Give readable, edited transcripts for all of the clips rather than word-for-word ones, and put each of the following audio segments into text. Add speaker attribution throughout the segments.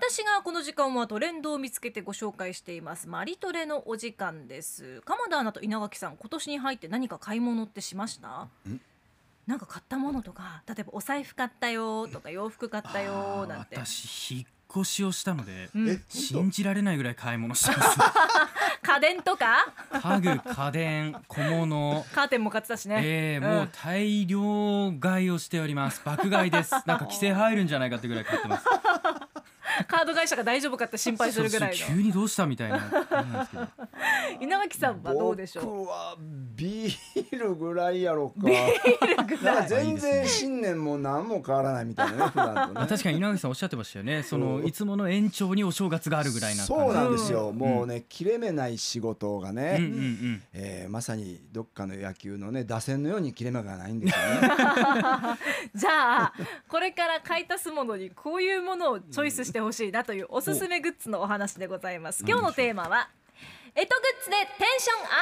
Speaker 1: 私がこの時間はトレンドを見つけてご紹介していますマリトレのお時間です。鎌田アナと稲垣さん、今年に入って何か買い物ってしました？なんか買ったものとか、例えばお財布買ったよとか洋服買ったよなんて。
Speaker 2: 私引っ越しをしたので、
Speaker 1: うん
Speaker 2: 信じられないぐらい買い物してます
Speaker 1: 家電とか
Speaker 2: 家具、家電、小物、
Speaker 1: カーテンも買ってたしね、
Speaker 2: もう大量買いをしております。爆買いです。なんか規制入るんじゃないかってぐらい買ってます。
Speaker 1: カード会社が大丈夫かって心配するぐらい
Speaker 2: 急
Speaker 1: の。
Speaker 2: にどうしたみたいな感じなんですけど。
Speaker 1: 稲垣さんはどうでしょう？
Speaker 3: 僕はビールぐらいやろか。
Speaker 1: ビールぐらい。
Speaker 3: 全然新年も何も変わらないみたいなね、普段とね。
Speaker 2: 確かに稲垣さんおっしゃってましたよね。そのいつもの延長にお正月があるぐらいな感じ。
Speaker 3: そうなんですよ。もうね、切れ目ない仕事がね、まさにどっかの野球のね打線のように切れ目がないんですよね。
Speaker 1: じゃあこれから買い足すものにこういうものをチョイスしてほしいなというおすすめグッズのお話でございます。今日のテーマは干支グッズでテンションアッ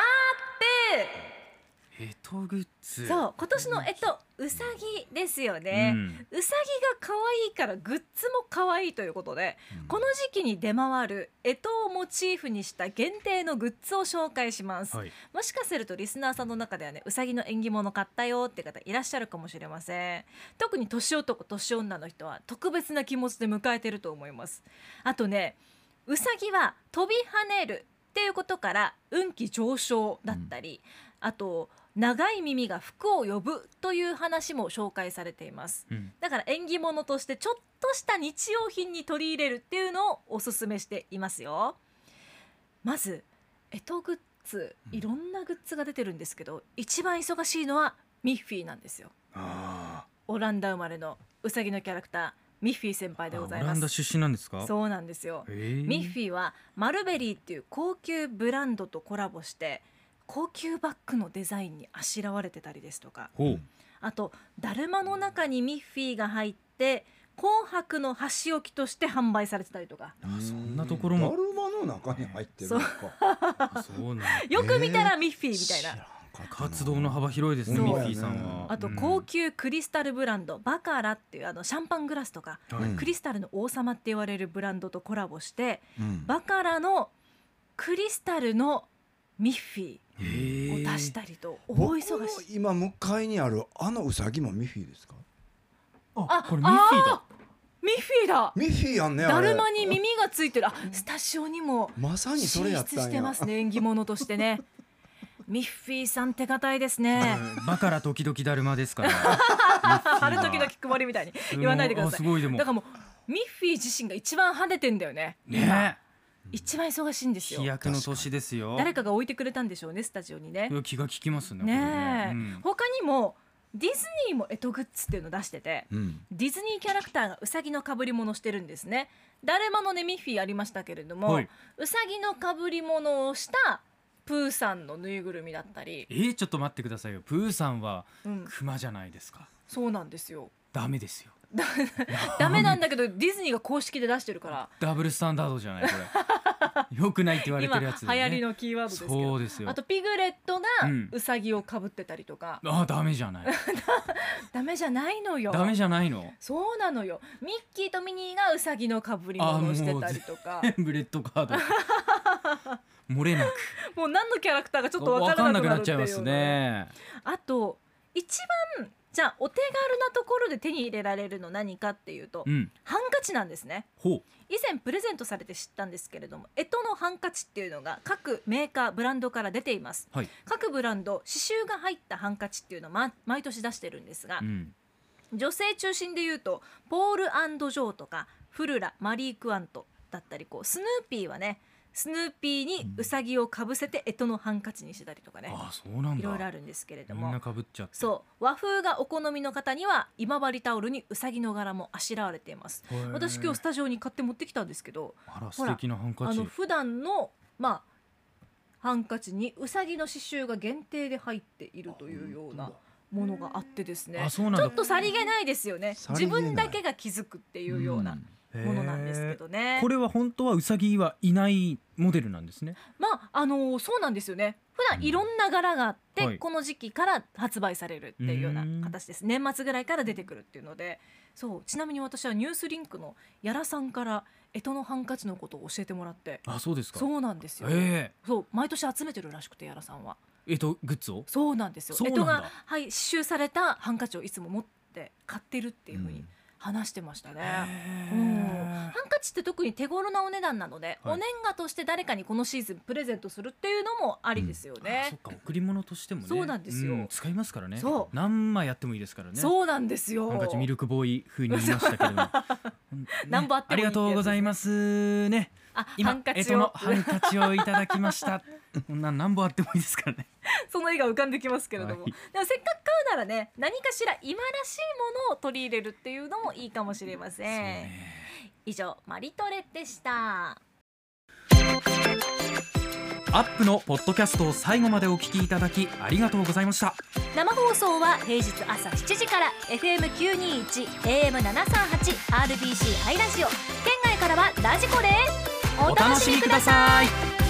Speaker 2: 干支グッズ。
Speaker 1: プ。そう、今年の干支うさぎですよね、うさぎが可愛いからグッズも可愛いということで、この時期に出回る干支をモチーフにした限定のグッズを紹介します、もしかするとリスナーさんの中ではね、うさぎの縁起物買ったよって方いらっしゃるかもしれません。特に年男年女の人は特別な気持ちで迎えてると思います。あとね、うさぎは飛び跳ねるっていうことから運気上昇だったり、あと長い耳が福を呼ぶという話も紹介されています、だから縁起物としてちょっとした日用品に取り入れるっていうのをおすすめしていますよ。まず干支グッズ、いろんなグッズが出てるんですけど、一番忙しいのはミッフィーなんですよ。オランダ生まれのうさぎのキャラクターミッフィー先輩でございます。
Speaker 2: オランダ出身なんですか？
Speaker 1: そうなんですよ。ミッフィーはマルベリーっていう高級ブランドとコラボして高級バッグのデザインにあしらわれてたりですとか、あとだるまの中にミッフィーが入って紅白の箸置きとして販売されてたりとか。
Speaker 2: そんなところも。
Speaker 3: だるまの中に入ってるのか。
Speaker 2: そうなんだ。
Speaker 1: よく見たらミッフィーみたいな。
Speaker 2: 活動の幅広いですね、ミッフィーさんは。
Speaker 1: あと高級クリスタルブランド、バカラっていうシャンパングラスとか、クリスタルの王様って言われるブランドとコラボして、バカラのクリスタルのミッフィーを出したりと、大忙しい。
Speaker 3: 今向かいにあるあのうさぎもミッフィーですか？
Speaker 2: これミッフィーだ。
Speaker 1: ミッフィーだ。
Speaker 3: ミッフィーやんね。
Speaker 1: だるまに耳がついてる。スタジオにも
Speaker 3: まさにそれやったんや。
Speaker 1: 進出してますね、縁起物としてね。ミッフィーさん手堅いですね。
Speaker 2: バカラ時々だるまですから。
Speaker 1: あれ時々曇りみたいに言わないでください。
Speaker 2: すごい。でも
Speaker 1: だからもうミッフィー自身が一番跳ねてんだよね。
Speaker 2: ね。
Speaker 1: 一番忙しいんですよ。
Speaker 2: 飛躍の年ですよ。
Speaker 1: 誰かが置いてくれたんでしょうね、スタジオにね。
Speaker 2: 気が利きますね。
Speaker 1: 他にもディズニーも干支グッズっていうのを出してて、ディズニーキャラクターがうさぎの被り物してるんですね。だるまのねミッフィーありましたけれども、うさぎの被り物をしたプーさんのぬいぐるみだったり。
Speaker 2: ちょっと待ってくださいよ。プーさんはクマじゃないですか。
Speaker 1: そうなんですよ。
Speaker 2: ダメですよ。
Speaker 1: ダメなんだけどディズニーが公式で出してるから。
Speaker 2: ダブルスタンダードじゃないこれ。よくないって言われてるやつ、
Speaker 1: 今流行りのキーワードですけど。
Speaker 2: そうですよ。
Speaker 1: あとピグレットがうさぎをかぶってたりとか。
Speaker 2: ダメじゃない。
Speaker 1: ダメじゃないのよ。
Speaker 2: ダメじゃないの。
Speaker 1: そうなのよ。ミッキーとミニーがうさぎのかぶり物をしてたりとか。
Speaker 2: ブレッドカード。漏れなく。
Speaker 1: もう何のキャラクターがちょっと分からなくなっちゃいます
Speaker 2: ね。
Speaker 1: あと一番じゃあお手軽なところで手に入れられるの何かっていうと、ハンカチなんですね。以前プレゼントされて知ったんですけれども、干支のハンカチっていうのが各メーカーブランドから出ています、各ブランド刺繍が入ったハンカチっていうのを毎年出してるんですが、女性中心でいうとポール&ジョーとかフルラ、マリー・クワントだったり、スヌーピーはね、スヌーピーにうさぎをかぶせて干支のハンカチにしてたりとかね、
Speaker 2: そうなんだ。
Speaker 1: いろいろあるんですけれども、
Speaker 2: みんなかぶっちゃって。
Speaker 1: そう和風がお好みの方には今治タオルにうさぎの柄もあしらわれています。私今日スタジオに買って持ってきたんですけど、
Speaker 2: 素敵なハンカチ。
Speaker 1: 普段のハンカチにうさぎの刺繍が限定で入っているというようなものがあってですね、ちょっとさりげないですよね。自分だけが気づくっていうような。 ものなんですけどね。
Speaker 2: これは本当はウサギはいないモデルなんですね。
Speaker 1: そうなんですよね。普段いろんな柄があって、
Speaker 2: はい、
Speaker 1: この時期から発売されるっていうような形です。年末ぐらいから出てくるっていうので、そう、ちなみに私はニュースリンクのやらさんから干支のハンカチのことを教えてもらって。
Speaker 2: あ、そうですか。
Speaker 1: そうなんですよ、そう、毎年集めてるらしくて、やらさんは
Speaker 2: グッズを。
Speaker 1: そうなんですよ。
Speaker 2: そうなんだ。
Speaker 1: が、はい、刺繍されたハンカチをいつも持って買ってるっていう風に話してましたね。ハンカチって特に手頃なお値段なので、お年賀として誰かにこのシーズンプレゼントするっていうのもありですよね。
Speaker 2: そっか、贈り物としてもね。
Speaker 1: そうなんですよ、
Speaker 2: 使いますからね。
Speaker 1: そう、
Speaker 2: 何枚やってもいいですからね。
Speaker 1: そうなんですよ。
Speaker 2: ハンカチミルクボーイ風に言いましたけれども
Speaker 1: 何本あってもいいってやつですね。
Speaker 2: ありがとうございますね。今干支のハンカチをいただきました何本あってもいいですからね
Speaker 1: その絵が浮かんできますけれども、
Speaker 2: はい、
Speaker 1: でもせっかく買うならね、何かしら今らしいものを取り入れるっていうのもいいかもしれません。以上、マリトレでした。
Speaker 2: アップのポッドキャストを最後までお聞きいただきありがとうございました。
Speaker 1: 生放送は平日朝7時から FM921 AM738 RBC ハイラジオ、県外からはラジコです。
Speaker 2: お楽しみください。